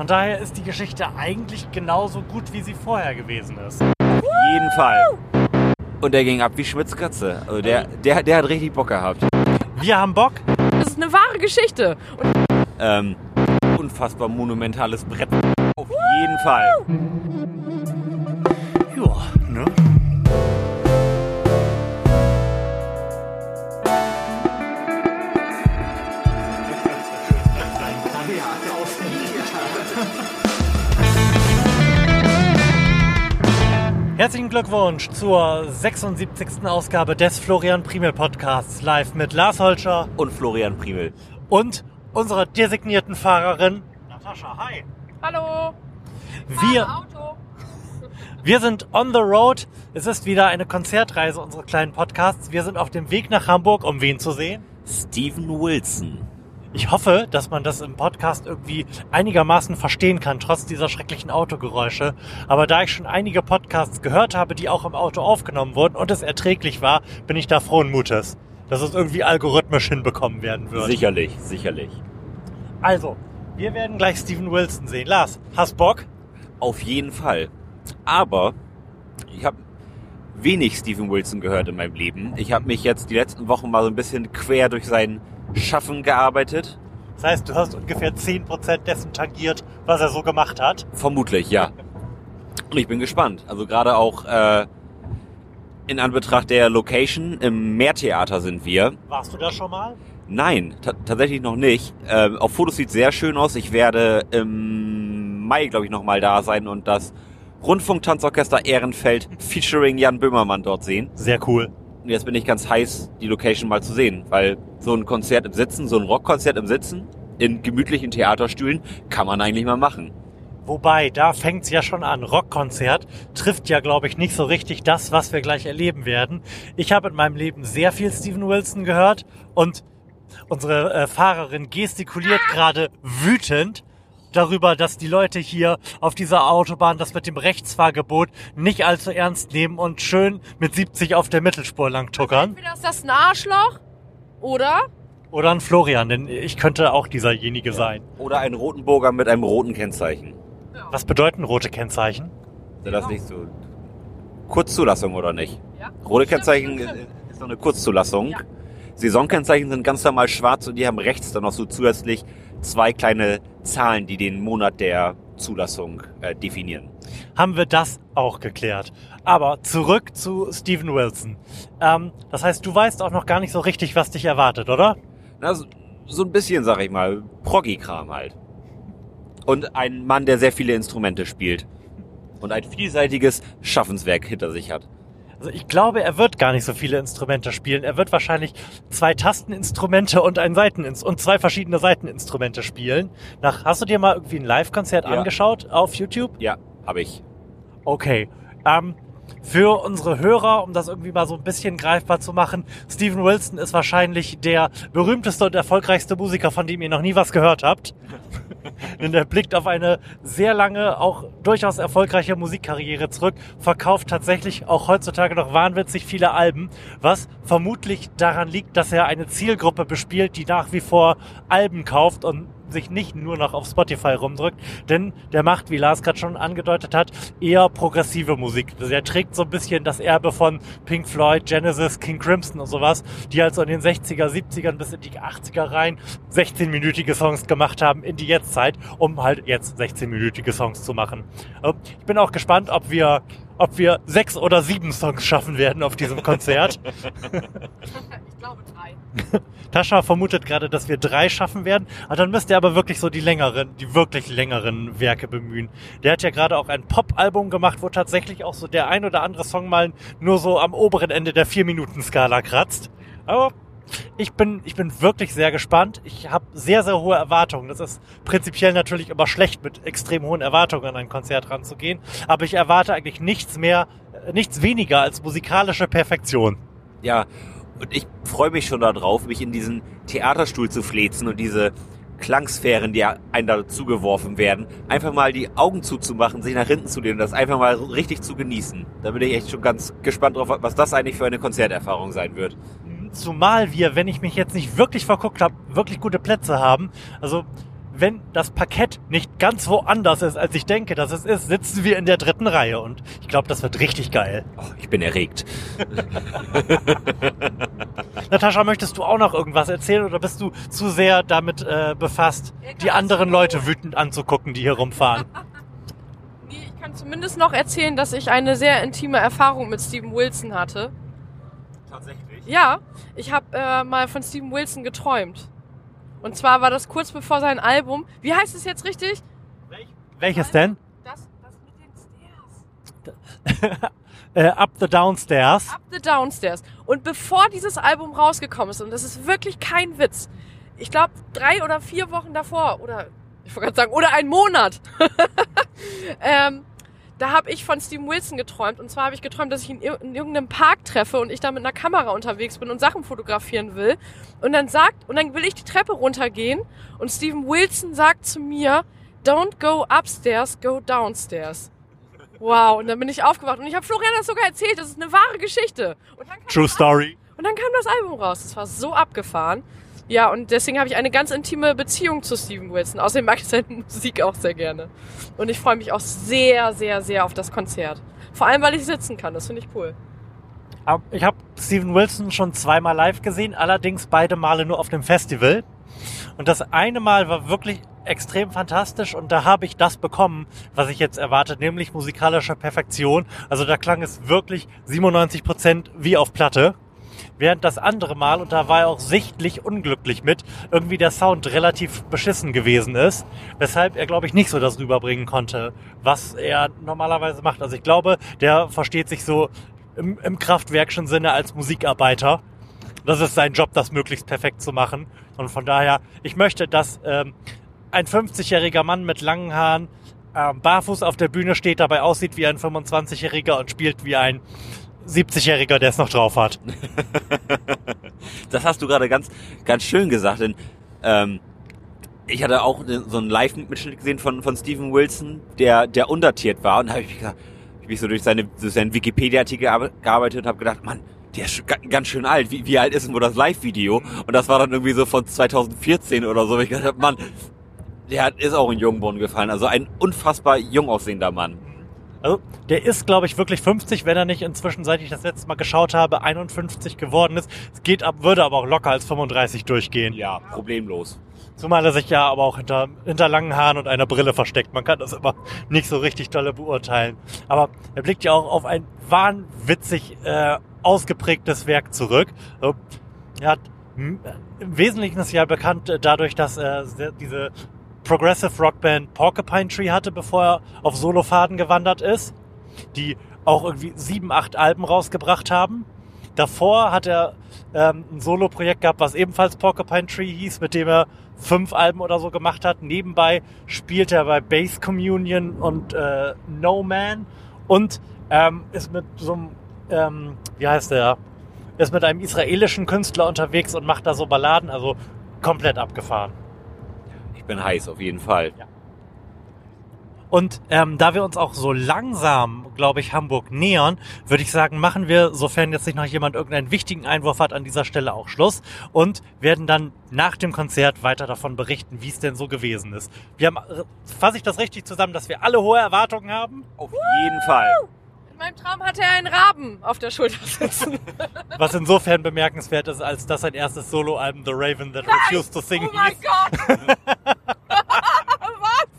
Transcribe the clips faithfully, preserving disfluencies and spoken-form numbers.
Von daher ist die Geschichte eigentlich genauso gut, wie sie vorher gewesen ist. Auf jeden Fall. Und der ging ab wie Schmitzkatze. Also der, der, der hat richtig Bock gehabt. Wir haben Bock. Das ist eine wahre Geschichte. Und Ähm, unfassbar monumentales Brett. Auf jeden Fall. Ja, ne? Herzlichen Glückwunsch zur sechsundsiebzigsten Ausgabe des Florian Primel Podcasts, live mit Lars Holscher Und Florian Primel. und unserer designierten Fahrerin Natascha. Hi! hallo. Wir, Auto. wir sind on the road. Es ist wieder eine Konzertreise unseres kleinen Podcasts. Wir sind auf dem Weg nach Hamburg, um wen zu sehen? Steven Wilson. Ich hoffe, dass man das im Podcast irgendwie einigermaßen verstehen kann, trotz dieser schrecklichen Autogeräusche. Aber da ich schon einige Podcasts gehört habe, die auch im Auto aufgenommen wurden und es erträglich war, bin ich da frohen Mutes, dass es irgendwie algorithmisch hinbekommen werden wird. Sicherlich, sicherlich. Also, wir werden gleich Steven Wilson sehen. Lars, hast Bock? Auf jeden Fall. Aber ich habe wenig Steven Wilson gehört in meinem Leben. Ich habe mich jetzt die letzten Wochen mal so ein bisschen quer durch sein Schaffen gearbeitet. Das heißt, du hast ungefähr zehn Prozent dessen tangiert, was er so gemacht hat. Vermutlich, ja. Und ich bin gespannt. Also gerade auch äh, in Anbetracht der Location, im Meertheater sind wir. Warst du da schon mal? Nein, ta- tatsächlich noch nicht. Ähm, auf Fotos sieht sehr schön aus. Ich werde im Mai, glaube ich, nochmal da sein und das Rundfunktanzorchester Ehrenfeld featuring Jan Böhmermann dort sehen. Sehr cool. Und jetzt bin ich ganz heiß, die Location mal zu sehen, weil so ein Konzert im Sitzen, so ein Rockkonzert im Sitzen, in gemütlichen Theaterstühlen, kann man eigentlich mal machen. Wobei, da fängt's ja schon an. Rockkonzert trifft ja, glaube ich, nicht so richtig das, was wir gleich erleben werden. Ich habe in meinem Leben sehr viel Steven Wilson gehört und unsere äh, Fahrerin gestikuliert gerade wütend darüber, dass die Leute hier auf dieser Autobahn das mit dem Rechtsfahrgebot nicht allzu ernst nehmen und schön mit siebzig auf der Mittelspur lang tuckern. Entweder ist das ein Arschloch oder Oder ein Florian, denn ich könnte auch dieserjenige sein. Oder ein Rotenburger mit einem roten Kennzeichen. Was bedeuten rote Kennzeichen? Ist das nicht so? Kurzzulassung oder nicht? Ja. Rote Stimmt, Kennzeichen stimmt, stimmt. ist so eine Kurzzulassung. Ja. Saisonkennzeichen sind ganz normal schwarz und die haben rechts dann noch so zusätzlich zwei kleine Zahlen, die den Monat der Zulassung äh, definieren. Haben wir das auch geklärt. Aber zurück zu Steven Wilson. Ähm, das heißt, du weißt auch noch gar nicht so richtig, was dich erwartet, oder? Na, so, so ein bisschen, sag ich mal, Proggy-Kram halt. Und ein Mann, der sehr viele Instrumente spielt. Und ein vielseitiges Schaffenswerk hinter sich hat. Also ich glaube, er wird gar nicht so viele Instrumente spielen. Er wird wahrscheinlich zwei Tasteninstrumente und ein Seiteninstrument und zwei verschiedene Seiteninstrumente spielen. Nach, hast du dir mal irgendwie ein Live-Konzert Ja. angeschaut auf YouTube? Ja, habe ich. Okay. Ähm, für unsere Hörer, um das irgendwie mal so ein bisschen greifbar zu machen, Steven Wilson ist wahrscheinlich der berühmteste und erfolgreichste Musiker, von dem ihr noch nie was gehört habt. Denn er blickt auf eine sehr lange, auch durchaus erfolgreiche Musikkarriere zurück, verkauft tatsächlich auch heutzutage noch wahnwitzig viele Alben, was vermutlich daran liegt, dass er eine Zielgruppe bespielt, die nach wie vor Alben kauft und sich nicht nur noch auf Spotify rumdrückt, denn der macht, wie Lars gerade schon angedeutet hat, eher progressive Musik. Also er trägt so ein bisschen das Erbe von Pink Floyd, Genesis, King Crimson und sowas, die halt so in den sechziger, siebzigern bis in die achtziger rein sechzehnminütige Songs gemacht haben in die Jetztzeit, um halt jetzt sechzehnminütige Songs zu machen. Ich bin auch gespannt, ob wir ob wir sechs oder sieben Songs schaffen werden auf diesem Konzert. ich glaube drei. Tascha vermutet gerade, dass wir drei schaffen werden. Aber dann müsst ihr aber wirklich so die längeren, die wirklich längeren Werke bemühen. Der hat ja gerade auch ein Pop-Album gemacht, wo tatsächlich auch so der ein oder andere Song mal nur so am oberen Ende der vier-Minuten-Skala kratzt. Aber ich bin, ich bin wirklich sehr gespannt. Ich habe sehr, sehr hohe Erwartungen. Das ist prinzipiell natürlich immer schlecht, mit extrem hohen Erwartungen an ein Konzert ranzugehen. Aber ich erwarte eigentlich nichts mehr, nichts weniger als musikalische Perfektion. Ja, und ich freue mich schon darauf, mich in diesen Theaterstuhl zu fläzen und diese Klangsphären, die einem da zugeworfen werden, einfach mal die Augen zuzumachen, sich nach hinten zu lehnen und das einfach mal richtig zu genießen. Da bin ich echt schon ganz gespannt drauf, was das eigentlich für eine Konzerterfahrung sein wird. Zumal wir, wenn ich mich jetzt nicht wirklich verguckt habe, wirklich gute Plätze haben. Also wenn das Parkett nicht ganz woanders ist, als ich denke, dass es ist, sitzen wir in der dritten Reihe. Und ich glaube, das wird richtig geil. Oh, ich bin erregt. Natascha, möchtest du auch noch irgendwas erzählen oder bist du zu sehr damit äh, befasst, die anderen Leute wütend anzugucken, die hier rumfahren? Nee, ich kann zumindest noch erzählen, dass ich eine sehr intime Erfahrung mit Steven Wilson hatte. Tatsächlich? Ja, ich habe äh, mal von Steven Wilson geträumt. Und zwar war das kurz bevor sein Album... Wie heißt es jetzt richtig? Welches denn? Das, das mit den Stairs. äh, Up the Downstairs. Up the Downstairs. Und bevor dieses Album rausgekommen ist, und das ist wirklich kein Witz, ich glaube drei oder vier Wochen davor, oder ich wollte gerade sagen, oder ein Monat, ähm, da habe ich von Steven Wilson geträumt. Und zwar habe ich geträumt, dass ich ihn in irgendeinem Park treffe und ich da mit einer Kamera unterwegs bin und Sachen fotografieren will. Und dann sagt, und dann will ich die Treppe runtergehen und Steven Wilson sagt zu mir, don't go upstairs, go downstairs. Wow, und dann bin ich aufgewacht und ich habe Florian das sogar erzählt, das ist eine wahre Geschichte. Und dann kam True das Story. Album, und dann kam das Album raus, das war so abgefahren. Ja, und deswegen habe ich eine ganz intime Beziehung zu Steven Wilson. Außerdem mag ich seine Musik auch sehr gerne. Und ich freue mich auch sehr, sehr, sehr auf das Konzert. Vor allem, weil ich sitzen kann, das finde ich cool. Ich habe Steven Wilson schon zweimal live gesehen, allerdings beide Male nur auf dem Festival. Und das eine Mal war wirklich extrem fantastisch und da habe ich das bekommen, was ich jetzt erwarte, nämlich musikalische Perfektion. Also da klang es wirklich siebenundneunzig Prozent wie auf Platte. Während das andere Mal, und da war er auch sichtlich unglücklich mit, irgendwie der Sound relativ beschissen gewesen ist, weshalb er, glaube ich, nicht so das rüberbringen konnte, was er normalerweise macht. Also ich glaube, der versteht sich so im, im Kraftwerkschen Sinne als Musikarbeiter. Das ist sein Job, das möglichst perfekt zu machen. Und von daher, ich möchte, dass ähm, ein fünfzigjähriger Mann mit langen Haaren ähm, barfuß auf der Bühne steht, dabei aussieht wie ein fünfundzwanzigjähriger und spielt wie ein siebzigjähriger, der es noch drauf hat. Das hast du gerade ganz, ganz schön gesagt, denn ähm, ich hatte auch so einen Live-Mitschnitt gesehen von von Steven Wilson, der der undatiert war, und da habe ich mich gedacht, ich mich so durch seine durch seinen Wikipedia-Artikel gearbeitet und habe gedacht, Mann, der ist ganz schön alt. Wie, wie alt ist denn wohl das Live-Video? Und das war dann irgendwie so von zweitausendvierzehn oder so. Ich gedacht habe, Mann, der hat, ist auch in Jungbrunnen gefallen. Also ein unfassbar jung aussehender Mann. Also, der ist, glaube ich, wirklich fünfzig, wenn er nicht inzwischen, seit ich das letzte Mal geschaut habe, einundfünfzig geworden ist. Es geht ab, würde aber auch locker als fünfunddreißig durchgehen. Ja, problemlos. Zumal er sich ja aber auch hinter, hinter langen Haaren und einer Brille versteckt. Man kann das immer nicht so richtig dolle beurteilen. Aber er blickt ja auch auf ein wahnwitzig äh, ausgeprägtes Werk zurück. Er hat im Wesentlichen ist ja bekannt dadurch, dass er diese Progressive Rockband Porcupine Tree hatte, bevor er auf Solofaden gewandert ist, die auch irgendwie sieben, acht Alben rausgebracht haben. Davor hat er ähm, ein Solo-Projekt gehabt, was ebenfalls Porcupine Tree hieß, mit dem er fünf Alben oder so gemacht hat. Nebenbei spielt er bei Bass Communion und äh, No Man und ähm, ist mit so einem, ähm, wie heißt der, ist mit einem israelischen Künstler unterwegs und macht da so Balladen, also komplett abgefahren. Ich bin heiß, auf jeden Fall. Ja. Und ähm, da wir uns auch so langsam, glaube ich, Hamburg nähern, würde ich sagen, machen wir, sofern jetzt nicht noch jemand irgendeinen wichtigen Einwurf hat, an dieser Stelle auch Schluss und werden dann nach dem Konzert weiter davon berichten, wie es denn so gewesen ist. Wir haben, fasse ich das richtig zusammen, dass wir alle hohe Erwartungen haben? Auf jeden Fall. In meinem Traum hatte er einen Raben auf der Schulter sitzen. Was insofern bemerkenswert ist, als dass sein erstes Soloalbum The Raven That Refused to Sing Oh mein hieß. Gott! Was?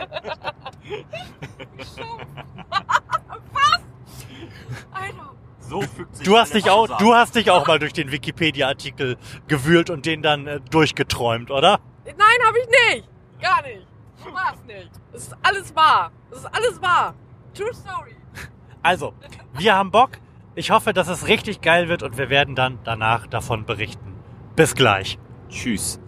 Was? Alter. So fügt sich Du hast meine dich auch, Hause du an. hast dich auch mal durch den Wikipedia-Artikel gewühlt und den dann äh, durchgeträumt, oder? Nein, habe ich nicht. Gar nicht. So war es nicht. Es ist alles wahr. Es ist alles wahr. True Story. Also, wir haben Bock. Ich hoffe, dass es richtig geil wird und wir werden dann danach davon berichten. Bis gleich. Tschüss.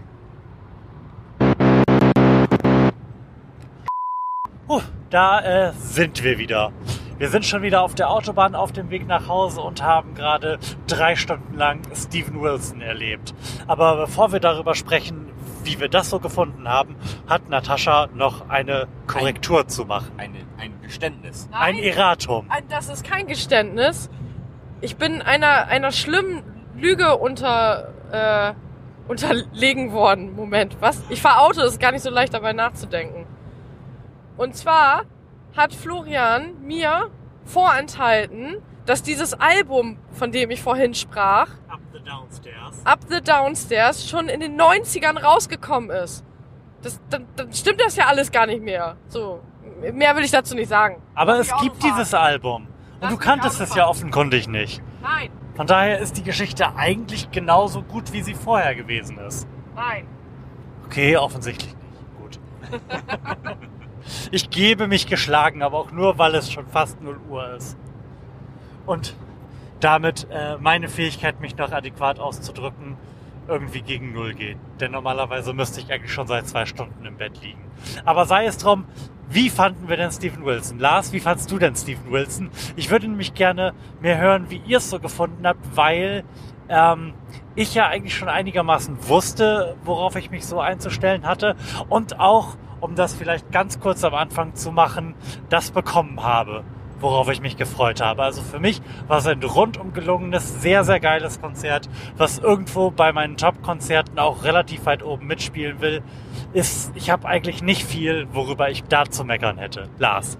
Puh, da äh, sind wir wieder. Wir sind schon wieder auf der Autobahn auf dem Weg nach Hause und haben gerade drei Stunden lang Steven Wilson erlebt. Aber bevor wir darüber sprechen, wie wir das so gefunden haben, hat Natascha noch eine Korrektur ein, zu machen. Eine, ein Geständnis. Nein, ein Erratum. das ist kein Geständnis. Ich bin einer, einer schlimmen Lüge unter, äh, unterlegen worden. Moment, was? Ich fahre Auto, das ist gar nicht so leicht dabei nachzudenken. Und zwar hat Florian mir vorenthalten, dass dieses Album, von dem ich vorhin sprach, Up the Downstairs, Up the Downstairs, schon in den neunzigern rausgekommen ist. Das, dann, dann stimmt das ja alles gar nicht mehr. So, mehr will ich dazu nicht sagen. aber Lass es mich gibt Auto fahren. dieses Album. Und Lass du mich kanntest Auto es ja fahren. offenkundig nicht. Nein, Von daher ist die Geschichte eigentlich genauso gut, wie sie vorher gewesen ist. nein. Okay, offensichtlich nicht. Gut. Ich gebe mich geschlagen, aber auch nur, weil es schon fast null Uhr ist. Und damit äh, meine Fähigkeit, mich noch adäquat auszudrücken, irgendwie gegen Null geht. Denn normalerweise müsste ich eigentlich schon seit zwei Stunden im Bett liegen. Aber sei es drum, wie fanden wir denn Steven Wilson? Lars, wie fandst du denn Steven Wilson? Ich würde nämlich gerne mehr hören, wie ihr es so gefunden habt, weil ähm, ich ja eigentlich schon einigermaßen wusste, worauf ich mich so einzustellen hatte. Und auch, um das vielleicht ganz kurz am Anfang zu machen, das bekommen habe, worauf ich mich gefreut habe. Also für mich war es ein rundum gelungenes, sehr, sehr geiles Konzert, was irgendwo bei meinen Top-Konzerten auch relativ weit oben mitspielen will. Ist, ich habe eigentlich nicht viel, worüber ich da zu meckern hätte. Lars.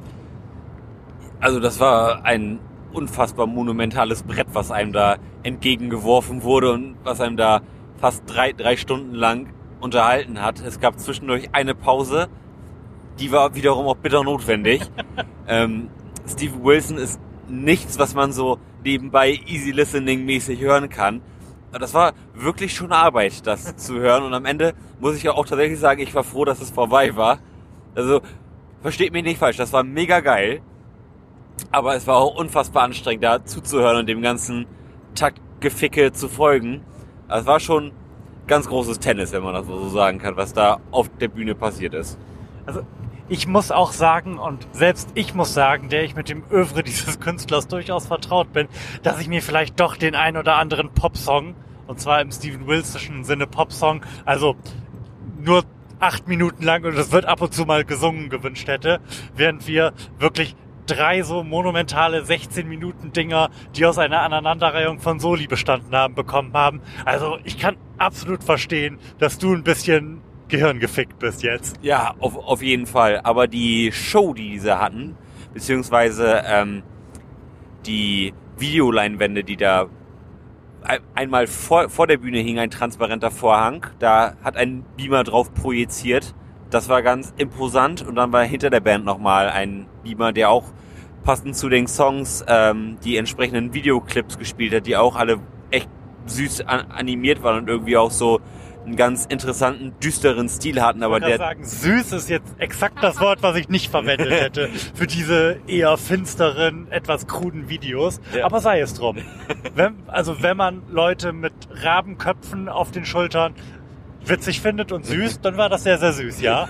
Also das war ein unfassbar monumentales Brett, was einem da entgegengeworfen wurde und was einem da fast drei, drei Stunden lang unterhalten hat. Es gab zwischendurch eine Pause, die war wiederum auch bitter notwendig. ähm, Steven Wilson ist nichts, was man so nebenbei easy listening mäßig hören kann. Aber das war wirklich schon Arbeit, das zu hören. Und am Ende muss ich ja auch tatsächlich sagen, ich war froh, dass es vorbei war. Also, versteht mich nicht falsch, das war mega geil. Aber es war auch unfassbar anstrengend, da zuzuhören und dem ganzen Taktgeficke zu folgen. Also es war schon ganz großes Tennis, wenn man das so sagen kann, was da auf der Bühne passiert ist. Also ich muss auch sagen, und selbst ich muss sagen, der ich mit dem Övre dieses Künstlers durchaus vertraut bin, dass ich mir vielleicht doch den ein oder anderen Popsong, und zwar im Steven Wilson'schen Sinne Popsong, also nur acht Minuten lang und es wird ab und zu mal gesungen, gewünscht hätte, während wir wirklich drei so monumentale sechzehn Minuten Dinger, die aus einer Aneinanderreihung von Soli bestanden haben, bekommen haben. Also ich kann absolut verstehen, dass du ein bisschen gehirngefickt bist jetzt. Ja, auf, auf jeden Fall. Aber die Show, die diese hatten, beziehungsweise ähm, die Videoleinwände, die da einmal vor, vor der Bühne hing, ein transparenter Vorhang, da hat ein Beamer drauf projiziert. Das war ganz imposant. Und dann war hinter der Band nochmal ein Beamer, der auch passend zu den Songs ähm, die entsprechenden Videoclips gespielt hat, die auch alle echt süß an, animiert waren und irgendwie auch so einen ganz interessanten, düsteren Stil hatten. Aber ich würde der sagen, süß ist jetzt exakt das Wort, was ich nicht verwendet hätte für diese eher finsteren, etwas kruden Videos. Ja. Aber sei es drum. Wenn, also wenn man Leute mit Rabenköpfen auf den Schultern witzig findet und süß, dann war das sehr, sehr süß, ja?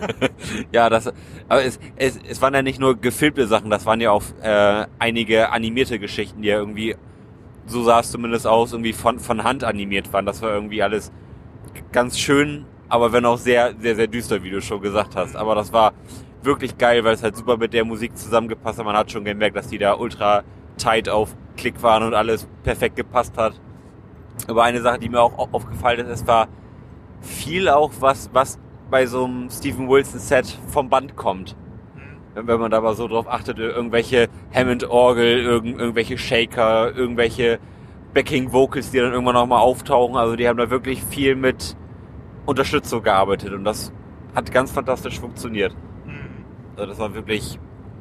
Ja, das, aber es, es, es waren ja nicht nur gefilmte Sachen, das waren ja auch äh, einige animierte Geschichten, die ja irgendwie, so sah es zumindest aus, irgendwie von, von Hand animiert waren. Das war irgendwie alles ganz schön, aber wenn auch sehr, sehr, sehr düster, wie du schon gesagt hast. Aber das war wirklich geil, weil es halt super mit der Musik zusammengepasst hat. Man hat schon gemerkt, dass die da ultra tight auf Klick waren und alles perfekt gepasst hat. Aber eine Sache, die mir auch aufgefallen ist, es war viel auch was, was bei so einem Steven Wilson Set vom Band kommt. Mhm. Wenn man da mal so drauf achtet, irgendwelche Hammond-Orgel, irgend, irgendwelche Shaker, irgendwelche Backing Vocals, die dann irgendwann nochmal auftauchen. Also die haben da wirklich viel mit Unterstützung gearbeitet und das hat ganz fantastisch funktioniert. Mhm. Also das war wirklich,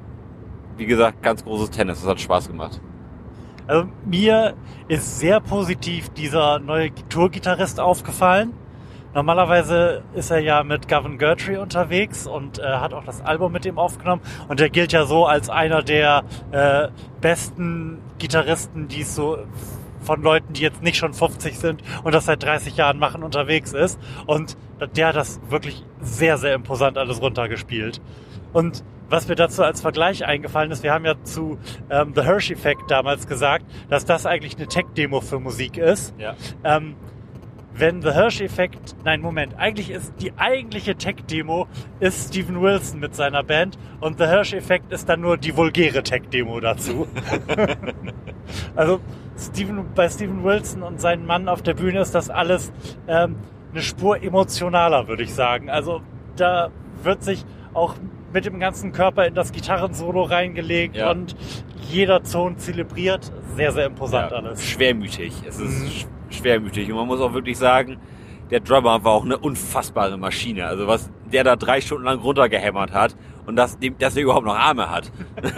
wie gesagt, ganz großes Tennis. Das hat Spaß gemacht. Also mir ist sehr positiv dieser neue Tourgitarrist aufgefallen. Normalerweise ist er ja mit Gavin Guthrie unterwegs und äh, hat auch das Album mit ihm aufgenommen. Und der gilt ja so als einer der äh, besten Gitarristen, die es so von Leuten, die jetzt nicht schon fünfzig sind und das seit dreißig Jahren machen, unterwegs ist. Und der hat das wirklich sehr, sehr imposant alles runtergespielt. Und was mir dazu als Vergleich eingefallen ist, wir haben ja zu ähm, The Hershey Effect damals gesagt, dass das eigentlich eine Tech-Demo für Musik ist. Ja. Ähm, wenn The Hershey Effect, nein, Moment, eigentlich ist die eigentliche Tech-Demo ist Steven Wilson mit seiner Band und The Hershey Effect ist dann nur die vulgäre Tech-Demo dazu. Also Steven, bei Steven Wilson und seinen Mann auf der Bühne ist das alles ähm, eine Spur emotionaler, würde ich sagen. Also da wird sich auch mit dem ganzen Körper in das Gitarrensolo reingelegt Ja. und jeder Ton zelebriert. Sehr, sehr imposant Ja, alles. schwermütig. Es ist Mhm. sch- schwermütig. Und man muss auch wirklich sagen, der Drummer war auch eine unfassbare Maschine. Also was der da drei Stunden lang runtergehämmert hat und dass, dem- dass er überhaupt noch Arme hat.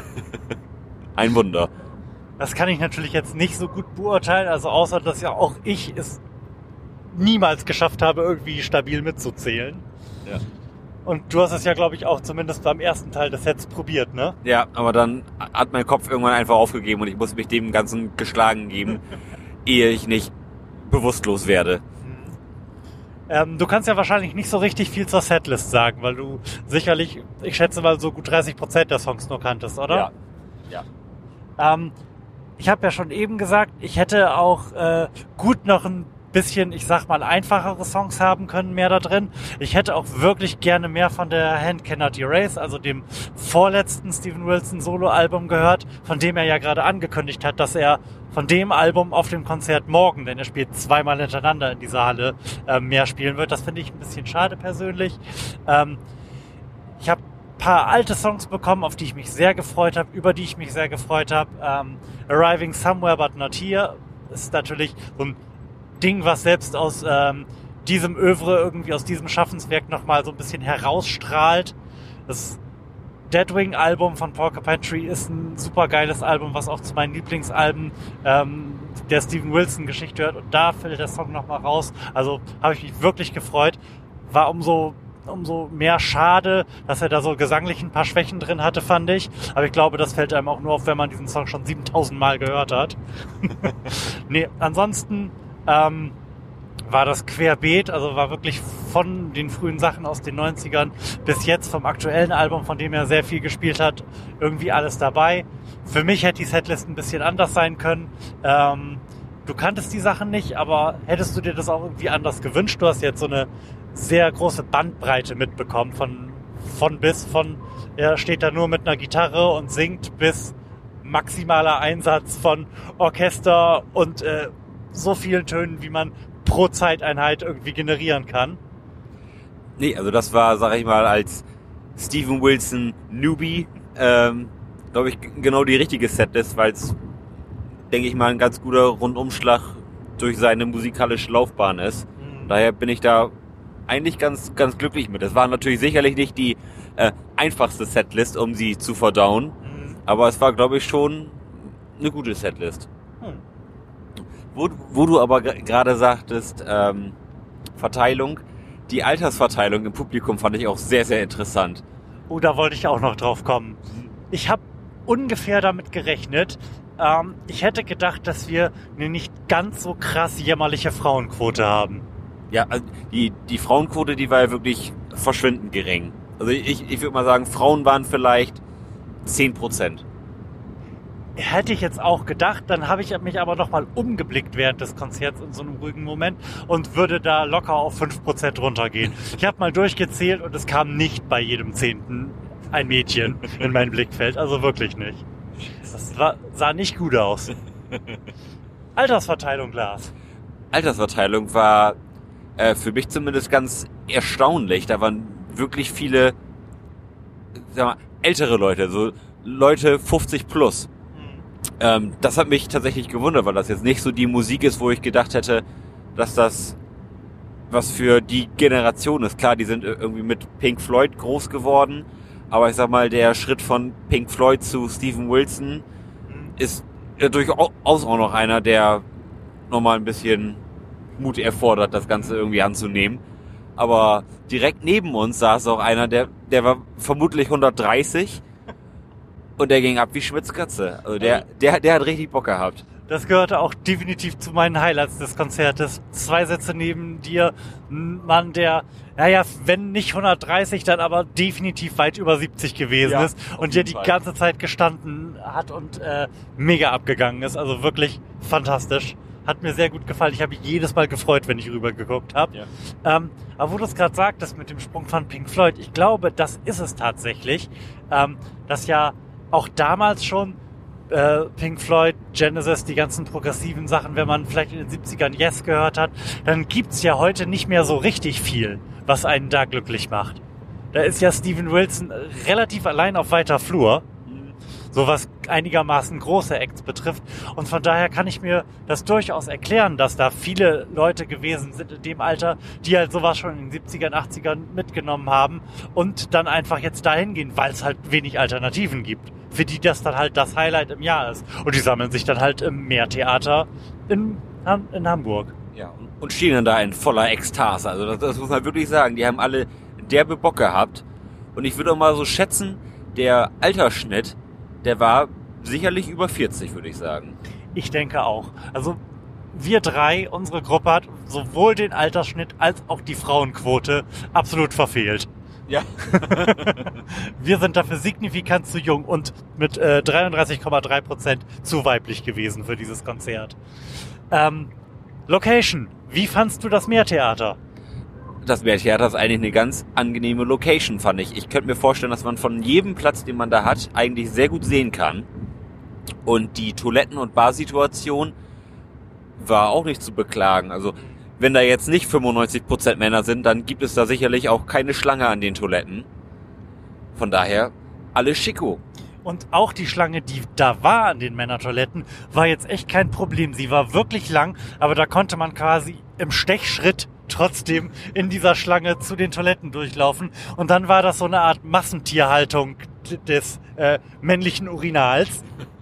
Ein Wunder. Das kann ich natürlich jetzt nicht so gut beurteilen, also außer, dass ja auch ich es niemals geschafft habe, irgendwie stabil mitzuzählen. Ja. Und du hast es ja, glaube ich, auch zumindest beim ersten Teil des Sets probiert, ne? Ja, aber dann hat mein Kopf irgendwann einfach aufgegeben und ich muss mich dem Ganzen geschlagen geben, ehe ich nicht bewusstlos werde. Ähm, du kannst ja wahrscheinlich nicht so richtig viel zur Setlist sagen, weil du sicherlich, ich schätze mal, so gut dreißig Prozent der Songs nur kanntest, oder? Ja. Ja. Ähm, ich habe ja schon eben gesagt, ich hätte auch äh, gut noch ein bisschen, ich sag mal, einfachere Songs haben können, mehr da drin. Ich hätte auch wirklich gerne mehr von der Hand Cannot Erase, also dem vorletzten Steven Wilson Solo-Album gehört, von dem er ja gerade angekündigt hat, dass er von dem Album auf dem Konzert morgen, denn er spielt zweimal hintereinander in dieser Halle, äh, mehr spielen wird. Das finde ich ein bisschen schade persönlich. Ähm, ich habe ein paar alte Songs bekommen, auf die ich mich sehr gefreut habe, über die ich mich sehr gefreut habe. Ähm, Arriving Somewhere But Not Here ist natürlich so ein Ding, was selbst aus ähm, diesem Övre, irgendwie aus diesem Schaffenswerk nochmal so ein bisschen herausstrahlt. Das Deadwing-Album von Porcupine Tree ist ein super geiles Album, was auch zu meinen Lieblingsalben ähm, der Steven Wilson-Geschichte gehört. Und da fällt der Song nochmal raus. Also habe ich mich wirklich gefreut. War umso umso mehr schade, dass er da so gesanglich ein paar Schwächen drin hatte, fand ich. Aber ich glaube, das fällt einem auch nur auf, wenn man diesen Song schon siebentausend Mal gehört hat. Nee, ansonsten ähm, war das querbeet, also war wirklich von den frühen Sachen aus den neunzigern bis jetzt vom aktuellen Album, von dem er sehr viel gespielt hat, irgendwie alles dabei. Für mich hätte die Setlist ein bisschen anders sein können. Ähm, du kanntest die Sachen nicht, aber hättest du dir das auch irgendwie anders gewünscht? Du hast jetzt so eine sehr große Bandbreite mitbekommen, von, von bis, von er steht da nur mit einer Gitarre und singt, bis maximaler Einsatz von Orchester und äh, so vielen Tönen, wie man pro Zeiteinheit irgendwie generieren kann. Nee, also das war, sag ich mal, als Steven Wilson Newbie, ähm, glaube ich, g- genau die richtige Setlist, weil es, denke ich mal, ein ganz guter Rundumschlag durch seine musikalische Laufbahn ist. Mhm. Daher bin ich da eigentlich ganz, ganz glücklich mit. Es war natürlich sicherlich nicht die äh, einfachste Setlist, um sie zu verdauen, Mhm. aber es war, glaube ich, schon eine gute Setlist. Hm. Wo, wo du aber g- gerade sagtest, ähm, Verteilung, die Altersverteilung im Publikum fand ich auch sehr, sehr interessant. Oh, da wollte ich auch noch drauf kommen. Ich habe ungefähr damit gerechnet. Ähm, ich hätte gedacht, dass wir eine nicht ganz so krass jämmerliche Frauenquote haben. Ja, also die, die Frauenquote, die war ja wirklich verschwindend gering. Also ich, ich würde mal sagen, Frauen waren vielleicht zehn Prozent. Hätte ich jetzt auch gedacht, dann habe ich mich aber nochmal umgeblickt während des Konzerts in so einem ruhigen Moment und würde da locker auf fünf Prozent runtergehen. Ich habe mal durchgezählt und es kam nicht bei jedem Zehnten ein Mädchen in mein Blickfeld, also wirklich nicht. Das war, sah nicht gut aus. Altersverteilung, Lars. Altersverteilung war äh, für mich zumindest ganz erstaunlich. Da waren wirklich viele, sag mal, ältere Leute, so Leute fünfzig plus. Ähm, das hat mich tatsächlich gewundert, weil das jetzt nicht so die Musik ist, wo ich gedacht hätte, dass das was für die Generation ist. Klar, die sind irgendwie mit Pink Floyd groß geworden, aber ich sag mal, der Schritt von Pink Floyd zu Steven Wilson ist ja durchaus auch noch einer, der nochmal ein bisschen Mut erfordert, das Ganze irgendwie anzunehmen. Aber direkt neben uns saß auch einer, der, der war vermutlich hundertdreißig und der ging ab wie Schmitzkatze. Also der, der, der hat richtig Bock gehabt. Das gehörte auch definitiv zu meinen Highlights des Konzertes. Zwei Sätze neben dir, ein Mann, der, naja, wenn nicht hundertdreißig, dann aber definitiv weit über siebzig gewesen Ja, ist auf und hier jeden die Fall. ganze Zeit gestanden hat und äh, mega abgegangen ist. Also wirklich fantastisch. Hat mir sehr gut gefallen. Ich habe mich jedes Mal gefreut, wenn ich rüber geguckt habe. Ja. Ähm, aber wo du es gerade sagtest mit dem Sprung von Pink Floyd, ich glaube, das ist es tatsächlich, ähm, dass ja auch damals schon äh, Pink Floyd, Genesis, die ganzen progressiven Sachen, wenn man vielleicht in den siebzigern Yes gehört hat, dann gibt's ja heute nicht mehr so richtig viel, was einen da glücklich macht. Da ist ja Steven Wilson relativ allein auf weiter Flur, so was einigermaßen große Acts betrifft. Und von daher kann ich mir das durchaus erklären, dass da viele Leute gewesen sind in dem Alter, die halt sowas schon in den siebzigern, achtzigern mitgenommen haben und dann einfach jetzt dahin gehen, weil es halt wenig Alternativen gibt, für die das dann halt das Highlight im Jahr ist. Und die sammeln sich dann halt im Meertheater in, in Hamburg. Ja, und stehen dann da in voller Ekstase. Also das, das muss man wirklich sagen. Die haben alle derbe Bock gehabt. Und ich würde auch mal so schätzen, der Altersschnitt, der war sicherlich über vierzig, würde ich sagen. Ich denke auch. Also wir drei, unsere Gruppe hat sowohl den Altersschnitt als auch die Frauenquote absolut verfehlt. Ja. Wir sind dafür signifikant zu jung und mit äh, dreiunddreißig Komma drei Prozent zu weiblich gewesen für dieses Konzert. Ähm, Location. Wie fandst du das Meertheater? Das Meertheater ist eigentlich eine ganz angenehme Location, fand ich. Ich könnte mir vorstellen, dass man von jedem Platz, den man da hat, eigentlich sehr gut sehen kann. Und die Toiletten- und Barsituation war auch nicht zu beklagen. Also wenn da jetzt nicht fünfundneunzig Prozent Männer sind, dann gibt es da sicherlich auch keine Schlange an den Toiletten. Von daher, alles schicko. Und auch die Schlange, die da war an den Männertoiletten, war jetzt echt kein Problem. Sie war wirklich lang, aber da konnte man quasi im Stechschritt trotzdem in dieser Schlange zu den Toiletten durchlaufen. Und dann war das so eine Art Massentierhaltung des äh, männlichen Urinals.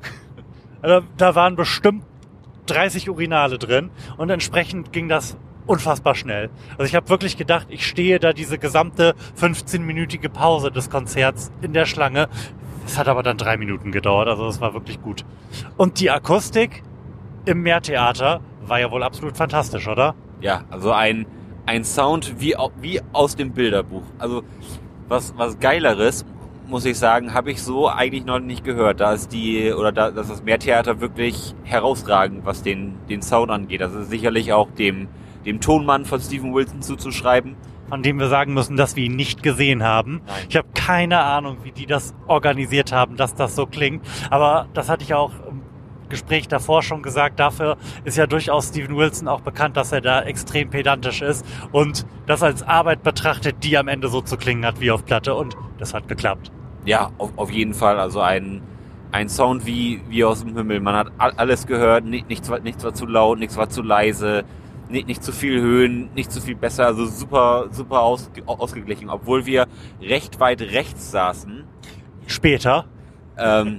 Also, da waren bestimmt dreißig Urinale drin und entsprechend ging das unfassbar schnell. Also ich habe wirklich gedacht, ich stehe da diese gesamte fünfzehnminütige Pause des Konzerts in der Schlange. Es hat aber dann drei Minuten gedauert, also es war wirklich gut. Und die Akustik im Meertheater war ja wohl absolut fantastisch, oder? Ja, also ein, ein Sound wie, wie aus dem Bilderbuch. Also was, was Geileres, muss ich sagen, habe ich so eigentlich noch nicht gehört. Da ist die, oder da, das ist das Meertheater wirklich herausragend, was den, den Sound angeht. Das ist sicherlich auch dem, dem Tonmann von Steven Wilson zuzuschreiben. Von dem wir sagen müssen, dass wir ihn nicht gesehen haben. Nein. Ich habe keine Ahnung, wie die das organisiert haben, dass das so klingt. Aber das hatte ich auch im Gespräch davor schon gesagt. Dafür ist ja durchaus Steven Wilson auch bekannt, dass er da extrem pedantisch ist und das als Arbeit betrachtet, die am Ende so zu klingen hat wie auf Platte. Und das hat geklappt. Ja, auf, auf jeden Fall. Also ein, ein Sound wie, wie aus dem Himmel. Man hat alles gehört. Nichts war, nichts war zu laut, nichts war zu leise. Nicht, nicht zu viel Höhen, nicht zu viel besser, also super, super aus, ausgeglichen. Obwohl wir recht weit rechts saßen. Später. Ähm,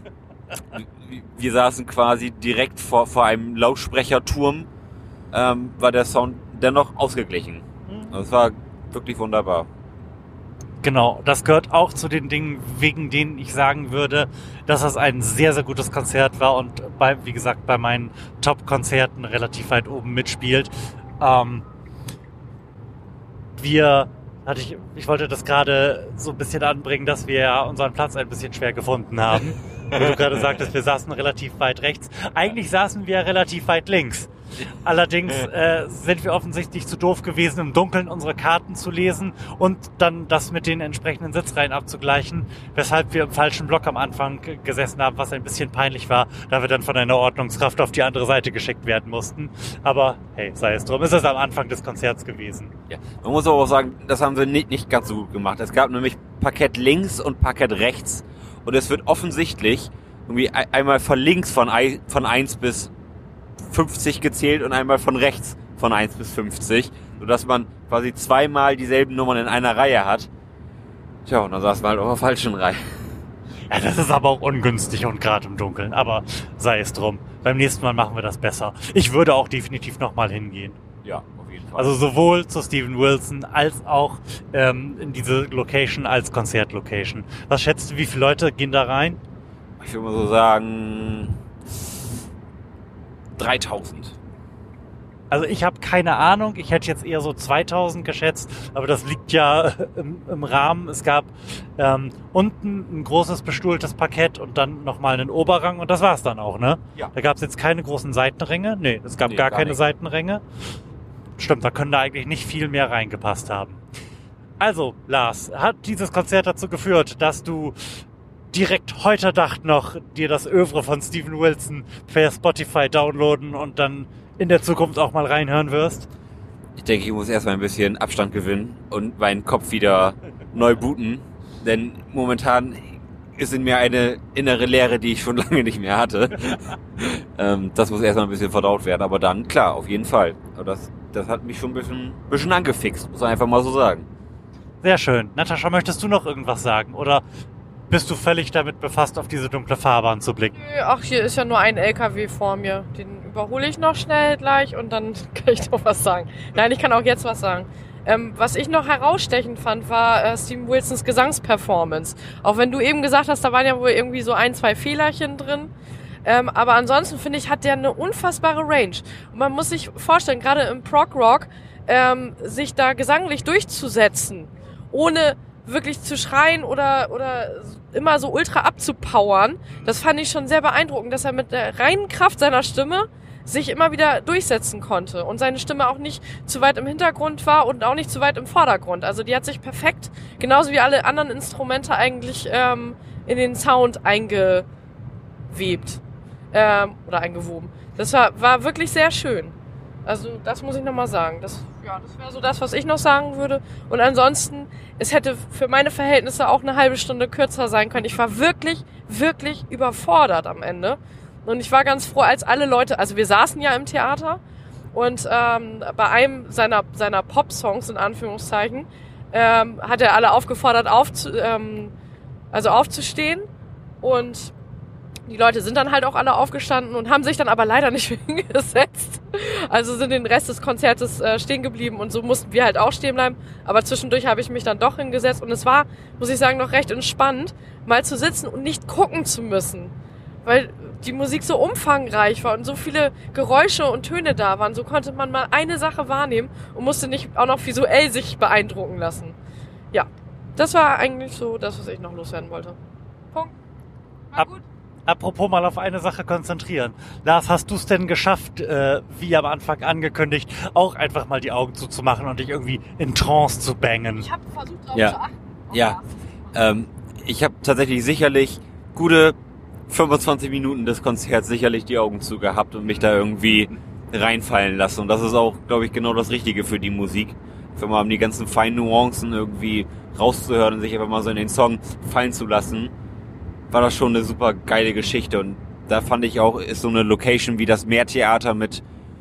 wir saßen quasi direkt vor, vor einem Lautsprecherturm, ähm, war der Sound dennoch ausgeglichen. Also es war wirklich wunderbar. Genau, das gehört auch zu den Dingen, wegen denen ich sagen würde, dass das ein sehr, sehr gutes Konzert war und bei, wie gesagt, bei meinen Top-Konzerten relativ weit oben mitspielt. Ähm, wir, hatte ich, ich wollte das gerade so ein bisschen anbringen, dass wir ja unseren Platz ein bisschen schwer gefunden haben. Wo du gerade sagtest, wir saßen relativ weit rechts. Eigentlich saßen wir relativ weit links. Allerdings äh, sind wir offensichtlich zu doof gewesen, im Dunkeln unsere Karten zu lesen und dann das mit den entsprechenden Sitzreihen abzugleichen, weshalb wir im falschen Block am Anfang g- gesessen haben, was ein bisschen peinlich war, da wir dann von einer Ordnungskraft auf die andere Seite geschickt werden mussten. Aber hey, sei es drum, ist es am Anfang des Konzerts gewesen. Ja. Man muss aber auch sagen, das haben sie nicht, nicht ganz so gut gemacht. Es gab nämlich Parkett links und Parkett rechts und es wird offensichtlich irgendwie einmal von links von, von eins bis fünfzig gezählt und einmal von rechts von eins bis fünfzig, sodass man quasi zweimal dieselben Nummern in einer Reihe hat. Tja, und dann saß man halt auf der falschen Reihe. Ja, das ist aber auch ungünstig und gerade im Dunkeln, aber sei es drum. Beim nächsten Mal machen wir das besser. Ich würde auch definitiv nochmal hingehen. Ja, auf jeden Fall. Also sowohl zu Steven Wilson als auch ähm, in diese Location als Konzertlocation. Was schätzt du, wie viele Leute gehen da rein? Ich würde mal so sagen dreitausend. Also ich habe keine Ahnung, ich hätte jetzt eher so zweitausend geschätzt, aber das liegt ja im, im Rahmen. Es gab ähm, unten ein großes bestuhltes Parkett und dann nochmal einen Oberrang und das war's dann auch, ne? Ja. Da gab es jetzt keine großen Seitenränge, nee, es gab Nee, gar, gar keine nicht. Seitenränge. Stimmt, da können da eigentlich nicht viel mehr reingepasst haben. Also, Lars, hat dieses Konzert dazu geführt, dass du direkt heute Nacht noch dir das Övre von Steven Wilson per Spotify downloaden und dann in der Zukunft auch mal reinhören wirst? Ich denke, ich muss erstmal ein bisschen Abstand gewinnen und meinen Kopf wieder neu booten, denn momentan ist in mir eine innere Leere, die ich schon lange nicht mehr hatte. ähm, das muss erstmal ein bisschen verdaut werden, aber dann, klar, auf jeden Fall. Aber das, das hat mich schon ein bisschen, bisschen angefixt, muss man einfach mal so sagen. Sehr schön. Natascha, möchtest du noch irgendwas sagen? Oder bist du völlig damit befasst, auf diese dunkle Fahrbahn zu blicken? Ach, hier ist ja nur ein L K W vor mir. Den überhole ich noch schnell gleich und dann kann ich noch was sagen. Nein, ich kann auch jetzt was sagen. Ähm, was ich noch herausstechend fand, war äh, Steven Wilsons Gesangsperformance. Auch wenn du eben gesagt hast, da waren ja wohl irgendwie so ein, zwei Fehlerchen drin. Ähm, aber ansonsten, finde ich, hat der eine unfassbare Range. Und man muss sich vorstellen, gerade im Prog-Rock, ähm, sich da gesanglich durchzusetzen, ohne wirklich zu schreien oder oder immer so ultra abzupowern, das fand ich schon sehr beeindruckend, dass er mit der reinen Kraft seiner Stimme sich immer wieder durchsetzen konnte und seine Stimme auch nicht zu weit im Hintergrund war und auch nicht zu weit im Vordergrund. Also die hat sich perfekt, genauso wie alle anderen Instrumente eigentlich ähm, in den Sound eingewebt ähm, oder eingewoben. Das war, war wirklich sehr schön. Also das muss ich nochmal sagen. Das, ja, das wäre so das, was ich noch sagen würde. Und ansonsten, es hätte für meine Verhältnisse auch eine halbe Stunde kürzer sein können. Ich war wirklich, wirklich überfordert am Ende. Und ich war ganz froh, als alle Leute, also wir saßen ja im Theater und ähm, bei einem seiner seiner Pop-Songs in Anführungszeichen ähm, hat er alle aufgefordert, aufzu, ähm, also aufzustehen und die Leute sind dann halt auch alle aufgestanden und haben sich dann aber leider nicht hingesetzt. Also sind den Rest des Konzertes äh, stehen geblieben und so mussten wir halt auch stehen bleiben. Aber zwischendurch habe ich mich dann doch hingesetzt und es war, muss ich sagen, noch recht entspannt, mal zu sitzen und nicht gucken zu müssen. Weil die Musik so umfangreich war und so viele Geräusche und Töne da waren. So konnte man mal eine Sache wahrnehmen und musste nicht auch noch visuell sich beeindrucken lassen. Ja, das war eigentlich so das, was ich noch loswerden wollte. Punkt. War Ab- gut. Apropos mal auf eine Sache konzentrieren. Lars, hast du es denn geschafft, äh, wie am Anfang angekündigt, auch einfach mal die Augen zuzumachen und dich irgendwie in Trance zu bangen? Ich habe versucht, darauf Ja. zu achten. Ja. Ähm, ich habe tatsächlich sicherlich gute fünfundzwanzig Minuten des Konzerts sicherlich die Augen zu gehabt und mich da irgendwie reinfallen lassen. Und das ist auch, glaube ich, genau das Richtige für die Musik. Für mal um die ganzen feinen Nuancen irgendwie rauszuhören und sich einfach mal so in den Song fallen zu lassen, war das schon eine super geile Geschichte. Und da fand ich auch, ist so eine Location wie das Meertheater mit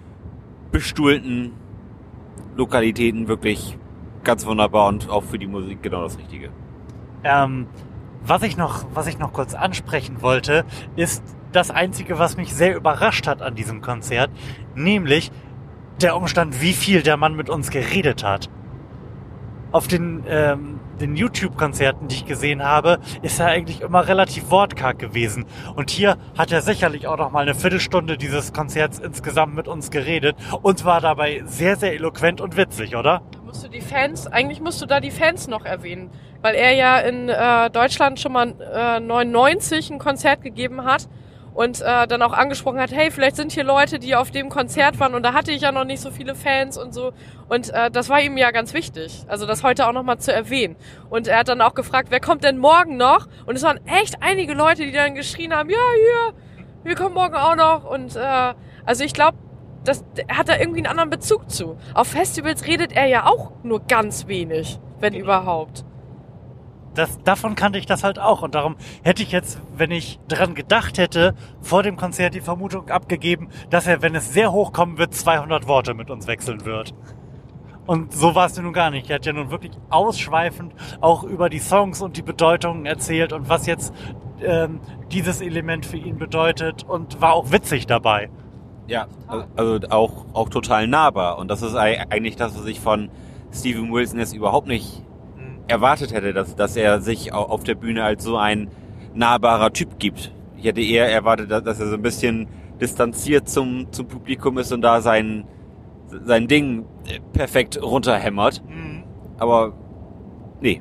bestuhlten Lokalitäten wirklich ganz wunderbar und auch für die Musik genau das Richtige. Ähm, was ich noch, was ich noch kurz ansprechen wollte, ist das Einzige, was mich sehr überrascht hat an diesem Konzert, nämlich der Umstand, wie viel der Mann mit uns geredet hat. Auf den, ähm, den YouTube-Konzerten, die ich gesehen habe, ist er eigentlich immer relativ wortkarg gewesen. Und hier hat er sicherlich auch noch mal eine Viertelstunde dieses Konzerts insgesamt mit uns geredet und war dabei sehr, sehr eloquent und witzig, oder? Da musst du die Fans, eigentlich musst du da die Fans noch erwähnen, weil er ja in äh, Deutschland schon mal äh, neunundneunzig ein Konzert gegeben hat und äh, dann auch angesprochen hat, hey, vielleicht sind hier Leute, die auf dem Konzert waren und da hatte ich ja noch nicht so viele Fans und so. Und äh, das war ihm ja ganz wichtig, also das heute auch nochmal zu erwähnen. Und er hat dann auch gefragt, wer kommt denn morgen noch? Und es waren echt einige Leute, die dann geschrien haben, ja, hier, wir kommen morgen auch noch. Und äh, also ich glaube, das er hat da irgendwie einen anderen Bezug zu. Auf Festivals redet er ja auch nur ganz wenig, wenn überhaupt. Das, davon kannte ich das halt auch und darum hätte ich jetzt, wenn ich dran gedacht hätte, vor dem Konzert die Vermutung abgegeben, dass er, wenn es sehr hoch kommen wird, zweihundert Worte mit uns wechseln wird. Und so war es nun gar nicht. Er hat ja nun wirklich ausschweifend auch über die Songs und die Bedeutungen erzählt und was jetzt ähm, dieses Element für ihn bedeutet und war auch witzig dabei. Ja, also auch, auch total nahbar. Und das ist eigentlich das, was ich von Steven Wilson jetzt überhaupt nicht erwartet hätte, dass, dass er sich auf der Bühne als so ein nahbarer Typ gibt. Ich hätte eher erwartet, dass er so ein bisschen distanziert zum, zum Publikum ist und da sein, sein Ding perfekt runterhämmert. Mhm. Aber nee,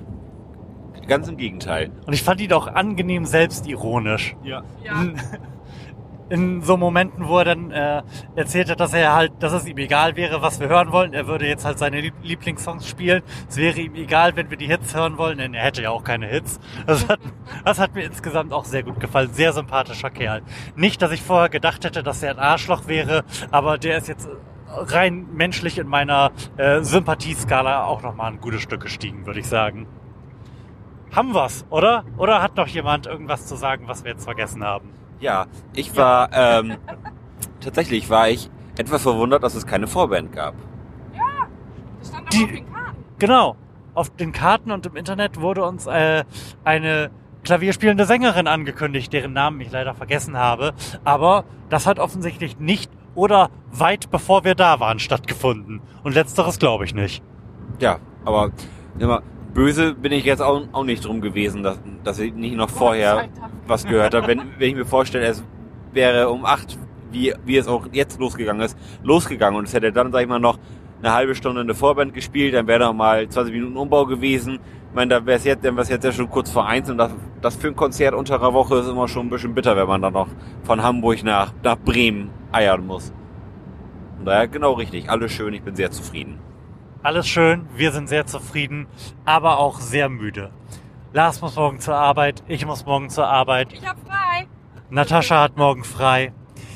ganz im Gegenteil. Und ich fand ihn auch angenehm selbstironisch. Ja. Ja. in so Momenten, wo er dann äh, erzählt hat, dass er halt, dass es ihm egal wäre, was wir hören wollen. Er würde jetzt halt seine Lieb- Lieblingssongs spielen. Es wäre ihm egal, wenn wir die Hits hören wollen, denn er hätte ja auch keine Hits. Das hat, das hat mir insgesamt auch sehr gut gefallen. Sehr sympathischer Kerl. Nicht, dass ich vorher gedacht hätte, dass er ein Arschloch wäre, aber der ist jetzt rein menschlich in meiner äh, Sympathieskala auch nochmal ein gutes Stück gestiegen, würde ich sagen. Haben wir's, oder? Oder hat noch jemand irgendwas zu sagen, was wir jetzt vergessen haben? Ja, ich war, ähm, tatsächlich war ich etwas verwundert, dass es keine Vorband gab. Ja, das stand Die- auch auf den Karten. Genau. Auf den Karten und im Internet wurde uns äh, eine klavierspielende Sängerin angekündigt, deren Namen ich leider vergessen habe. Aber das hat offensichtlich nicht oder weit bevor wir da waren stattgefunden. Und letzteres glaube ich nicht. Ja, aber immer böse bin ich jetzt auch, auch nicht drum gewesen, dass, dass ich nicht noch vorher was gehört habe. Wenn, wenn ich mir vorstelle, es wäre um acht, wie, wie es auch jetzt losgegangen ist, losgegangen und es hätte dann, sag ich mal, noch eine halbe Stunde eine Vorband gespielt, dann wäre noch mal zwanzig Minuten Umbau gewesen. Ich meine, da wäre es jetzt, dann wäre es jetzt ja schon kurz vor eins und das, das für ein Konzert unter der Woche ist immer schon ein bisschen bitter, wenn man dann noch von Hamburg nach, nach Bremen eiern muss. Von daher genau richtig, alles schön, ich bin sehr zufrieden. Alles schön, wir sind sehr zufrieden, aber auch sehr müde. Lars muss morgen zur Arbeit, ich muss morgen zur Arbeit, Ich hab frei. Natascha hat morgen frei.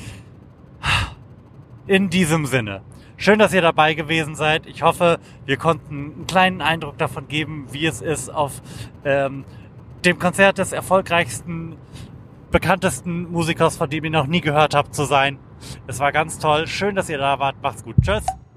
In diesem Sinne, schön, dass ihr dabei gewesen seid. Ich hoffe, wir konnten einen kleinen Eindruck davon geben, wie es ist, auf ähm, dem Konzert des erfolgreichsten, bekanntesten Musikers, von dem ihr noch nie gehört habt, zu sein. Es war ganz toll. Schön, dass ihr da wart. Macht's gut. Tschüss.